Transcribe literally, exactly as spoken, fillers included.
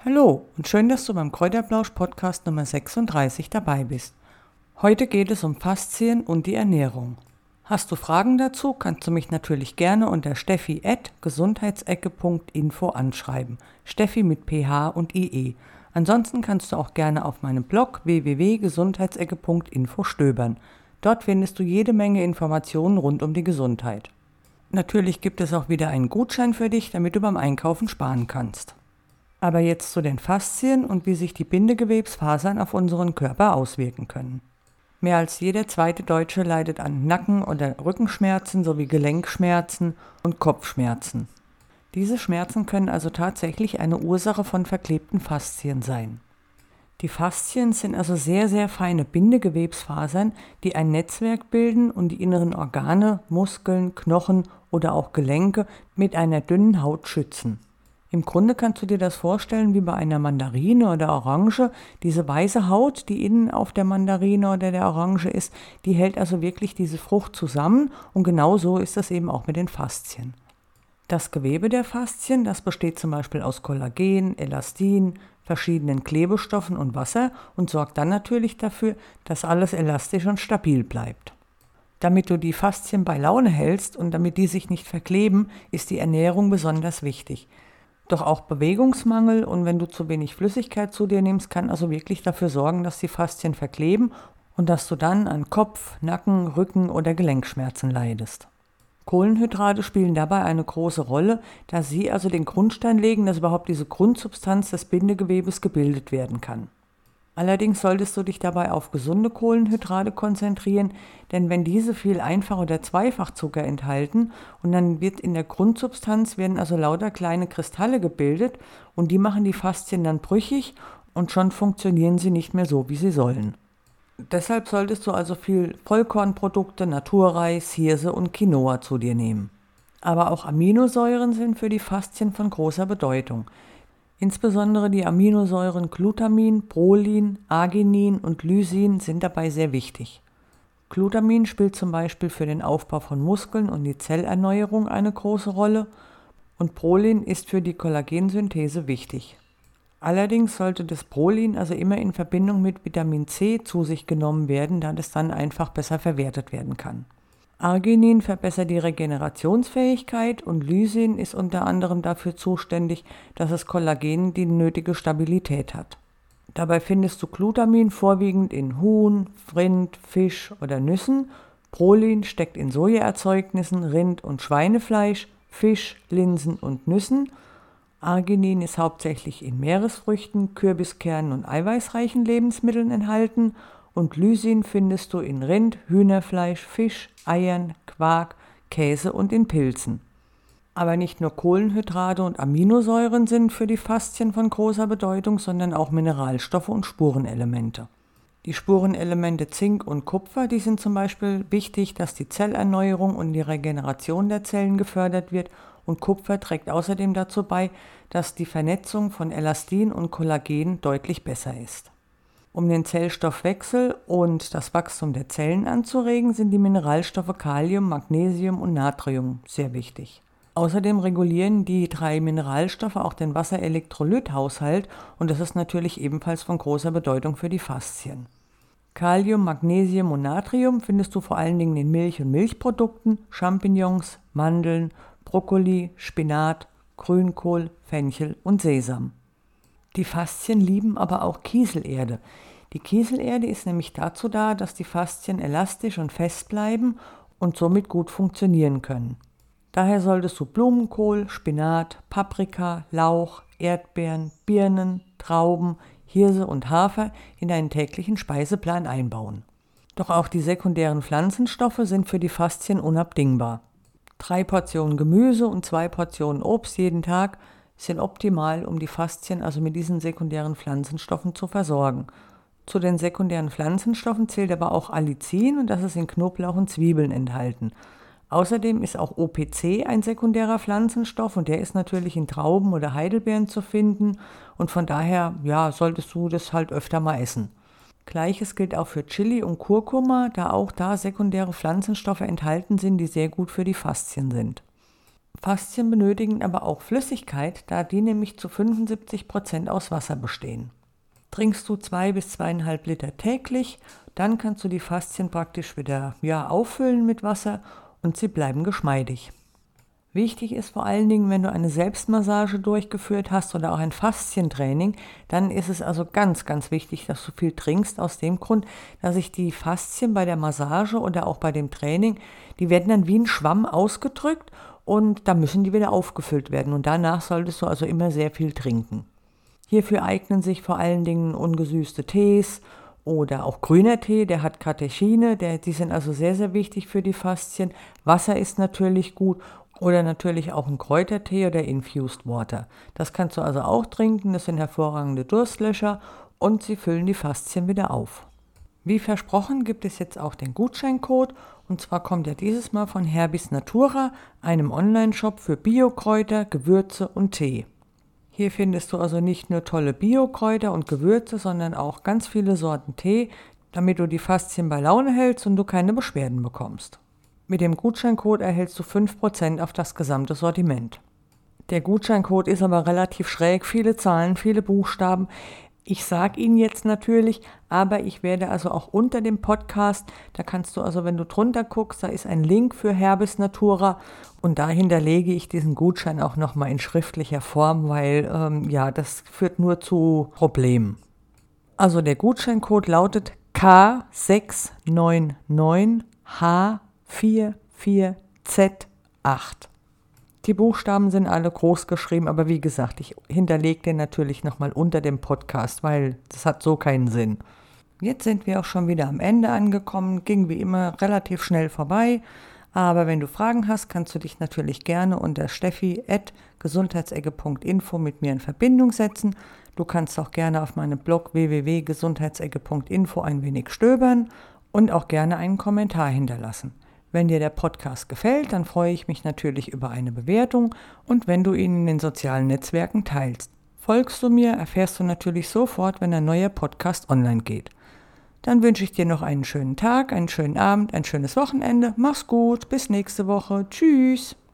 Hallo und schön, dass du beim Kräuterplausch-Podcast Nummer sechsunddreißig dabei bist. Heute geht es um Faszien und die Ernährung. Hast du Fragen dazu, kannst du mich natürlich gerne unter steffi at gesundheitsecke punkt info anschreiben. Steffi mit ph und ie. Ansonsten kannst du auch gerne auf meinem Blog w w w punkt gesundheitsecke punkt info stöbern. Dort findest du jede Menge Informationen rund um die Gesundheit. Natürlich gibt es auch wieder einen Gutschein für dich, damit du beim Einkaufen sparen kannst. Aber jetzt zu den Faszien und wie sich die Bindegewebsfasern auf unseren Körper auswirken können. Mehr als jeder zweite Deutsche leidet an Nacken- oder Rückenschmerzen sowie Gelenkschmerzen und Kopfschmerzen. Diese Schmerzen können also tatsächlich eine Ursache von verklebten Faszien sein. Die Faszien sind also sehr, sehr feine Bindegewebsfasern, die ein Netzwerk bilden und die inneren Organe, Muskeln, Knochen oder auch Gelenke mit einer dünnen Haut schützen. Im Grunde kannst du dir das vorstellen wie bei einer Mandarine oder Orange. Diese weiße Haut, die innen auf der Mandarine oder der Orange ist, die hält also wirklich diese Frucht zusammen und genau so ist das eben auch mit den Faszien. Das Gewebe der Faszien, das besteht zum Beispiel aus Kollagen, Elastin, verschiedenen Klebestoffen und Wasser und sorgt dann natürlich dafür, dass alles elastisch und stabil bleibt. Damit du die Faszien bei Laune hältst und damit die sich nicht verkleben, ist die Ernährung besonders wichtig. Doch auch Bewegungsmangel und wenn du zu wenig Flüssigkeit zu dir nimmst, kann also wirklich dafür sorgen, dass die Faszien verkleben und dass du dann an Kopf-, Nacken-, Rücken- oder Gelenkschmerzen leidest. Kohlenhydrate spielen dabei eine große Rolle, da sie also den Grundstein legen, dass überhaupt diese Grundsubstanz des Bindegewebes gebildet werden kann. Allerdings solltest du dich dabei auf gesunde Kohlenhydrate konzentrieren, denn wenn diese viel Einfach- oder Zweifachzucker enthalten und dann wird in der Grundsubstanz werden also lauter kleine Kristalle gebildet und die machen die Faszien dann brüchig und schon funktionieren sie nicht mehr so, wie sie sollen. Deshalb solltest du also viel Vollkornprodukte, Naturreis, Hirse und Quinoa zu dir nehmen. Aber auch Aminosäuren sind für die Faszien von großer Bedeutung. Insbesondere die Aminosäuren Glutamin, Prolin, Arginin und Lysin sind dabei sehr wichtig. Glutamin spielt zum Beispiel für den Aufbau von Muskeln und die Zellerneuerung eine große Rolle und Prolin ist für die Kollagensynthese wichtig. Allerdings sollte das Prolin also immer in Verbindung mit Vitamin C zu sich genommen werden, da das dann einfach besser verwertet werden kann. Arginin verbessert die Regenerationsfähigkeit und Lysin ist unter anderem dafür zuständig, dass das Kollagen die nötige Stabilität hat. Dabei findest du Glutamin vorwiegend in Huhn, Rind, Fisch oder Nüssen. Prolin steckt in Sojaerzeugnissen, Rind- und Schweinefleisch, Fisch, Linsen und Nüssen. Arginin ist hauptsächlich in Meeresfrüchten, Kürbiskernen und eiweißreichen Lebensmitteln enthalten. Und Lysin findest du in Rind, Hühnerfleisch, Fisch, Eiern, Quark, Käse und in Pilzen. Aber nicht nur Kohlenhydrate und Aminosäuren sind für die Faszien von großer Bedeutung, sondern auch Mineralstoffe und Spurenelemente. Die Spurenelemente Zink und Kupfer, die sind zum Beispiel wichtig, dass die Zellerneuerung und die Regeneration der Zellen gefördert wird und Kupfer trägt außerdem dazu bei, dass die Vernetzung von Elastin und Kollagen deutlich besser ist. Um den Zellstoffwechsel und das Wachstum der Zellen anzuregen, sind die Mineralstoffe Kalium, Magnesium und Natrium sehr wichtig. Außerdem regulieren die drei Mineralstoffe auch den Wasserelektrolythaushalt und das ist natürlich ebenfalls von großer Bedeutung für die Faszien. Kalium, Magnesium und Natrium findest du vor allen Dingen in Milch und Milchprodukten, Champignons, Mandeln, Brokkoli, Spinat, Grünkohl, Fenchel und Sesam. Die Faszien lieben aber auch Kieselerde. Die Kieselerde ist nämlich dazu da, dass die Faszien elastisch und fest bleiben und somit gut funktionieren können. Daher solltest du Blumenkohl, Spinat, Paprika, Lauch, Erdbeeren, Birnen, Trauben, Hirse und Hafer in deinen täglichen Speiseplan einbauen. Doch auch die sekundären Pflanzenstoffe sind für die Faszien unabdingbar. Drei Portionen Gemüse und zwei Portionen Obst jeden Tag sind optimal, um die Faszien also mit diesen sekundären Pflanzenstoffen zu versorgen. Zu den sekundären Pflanzenstoffen zählt aber auch Allicin und das ist in Knoblauch und Zwiebeln enthalten. Außerdem ist auch O P C ein sekundärer Pflanzenstoff und der ist natürlich in Trauben oder Heidelbeeren zu finden und von daher ja, solltest du das halt öfter mal essen. Gleiches gilt auch für Chili und Kurkuma, da auch da sekundäre Pflanzenstoffe enthalten sind, die sehr gut für die Faszien sind. Faszien benötigen aber auch Flüssigkeit, da die nämlich zu fünfundsiebzig Prozent aus Wasser bestehen. Trinkst du zwei bis zweieinhalb Liter täglich, dann kannst du die Faszien praktisch wieder ja, auffüllen mit Wasser und sie bleiben geschmeidig. Wichtig ist vor allen Dingen, wenn du eine Selbstmassage durchgeführt hast oder auch ein Faszientraining, dann ist es also ganz, ganz wichtig, dass du viel trinkst, aus dem Grund, dass sich die Faszien bei der Massage oder auch bei dem Training, die werden dann wie ein Schwamm ausgedrückt und da müssen die wieder aufgefüllt werden und danach solltest du also immer sehr viel trinken. Hierfür eignen sich vor allen Dingen ungesüßte Tees oder auch grüner Tee, der hat Katechine, der, die sind also sehr, sehr wichtig für die Faszien. Wasser ist natürlich gut. Oder natürlich auch ein Kräutertee oder Infused Water. Das kannst du also auch trinken, das sind hervorragende Durstlöscher und sie füllen die Faszien wieder auf. Wie versprochen gibt es jetzt auch den Gutscheincode und zwar kommt er dieses Mal von Herbis Natura, einem Online-Shop für Biokräuter, Gewürze und Tee. Hier findest du also nicht nur tolle Biokräuter und Gewürze, sondern auch ganz viele Sorten Tee, damit du die Faszien bei Laune hältst und du keine Beschwerden bekommst. Mit dem Gutscheincode erhältst du fünf Prozent auf das gesamte Sortiment. Der Gutscheincode ist aber relativ schräg, viele Zahlen, viele Buchstaben. Ich sage ihn jetzt natürlich, aber ich werde also auch unter dem Podcast, da kannst du also, wenn du drunter guckst, da ist ein Link für Herbis Natura und da hinterlege ich diesen Gutschein auch nochmal in schriftlicher Form, weil ähm, ja, das führt nur zu Problemen. Also der Gutscheincode lautet K sechs neun neun H vier vier Z acht. Die Buchstaben sind alle groß geschrieben, aber wie gesagt, ich hinterlege den natürlich nochmal unter dem Podcast, weil das hat so keinen Sinn. Jetzt sind wir auch schon wieder am Ende angekommen, ging wie immer relativ schnell vorbei, aber wenn du Fragen hast, kannst du dich natürlich gerne unter steffi at gesundheitsecke punkt info mit mir in Verbindung setzen. Du kannst auch gerne auf meinem Blog w w w punkt gesundheitsecke punkt info ein wenig stöbern und auch gerne einen Kommentar hinterlassen. Wenn dir der Podcast gefällt, dann freue ich mich natürlich über eine Bewertung und wenn du ihn in den sozialen Netzwerken teilst. Folgst du mir, erfährst du natürlich sofort, wenn ein neuer Podcast online geht. Dann wünsche ich dir noch einen schönen Tag, einen schönen Abend, ein schönes Wochenende. Mach's gut, bis nächste Woche. Tschüss.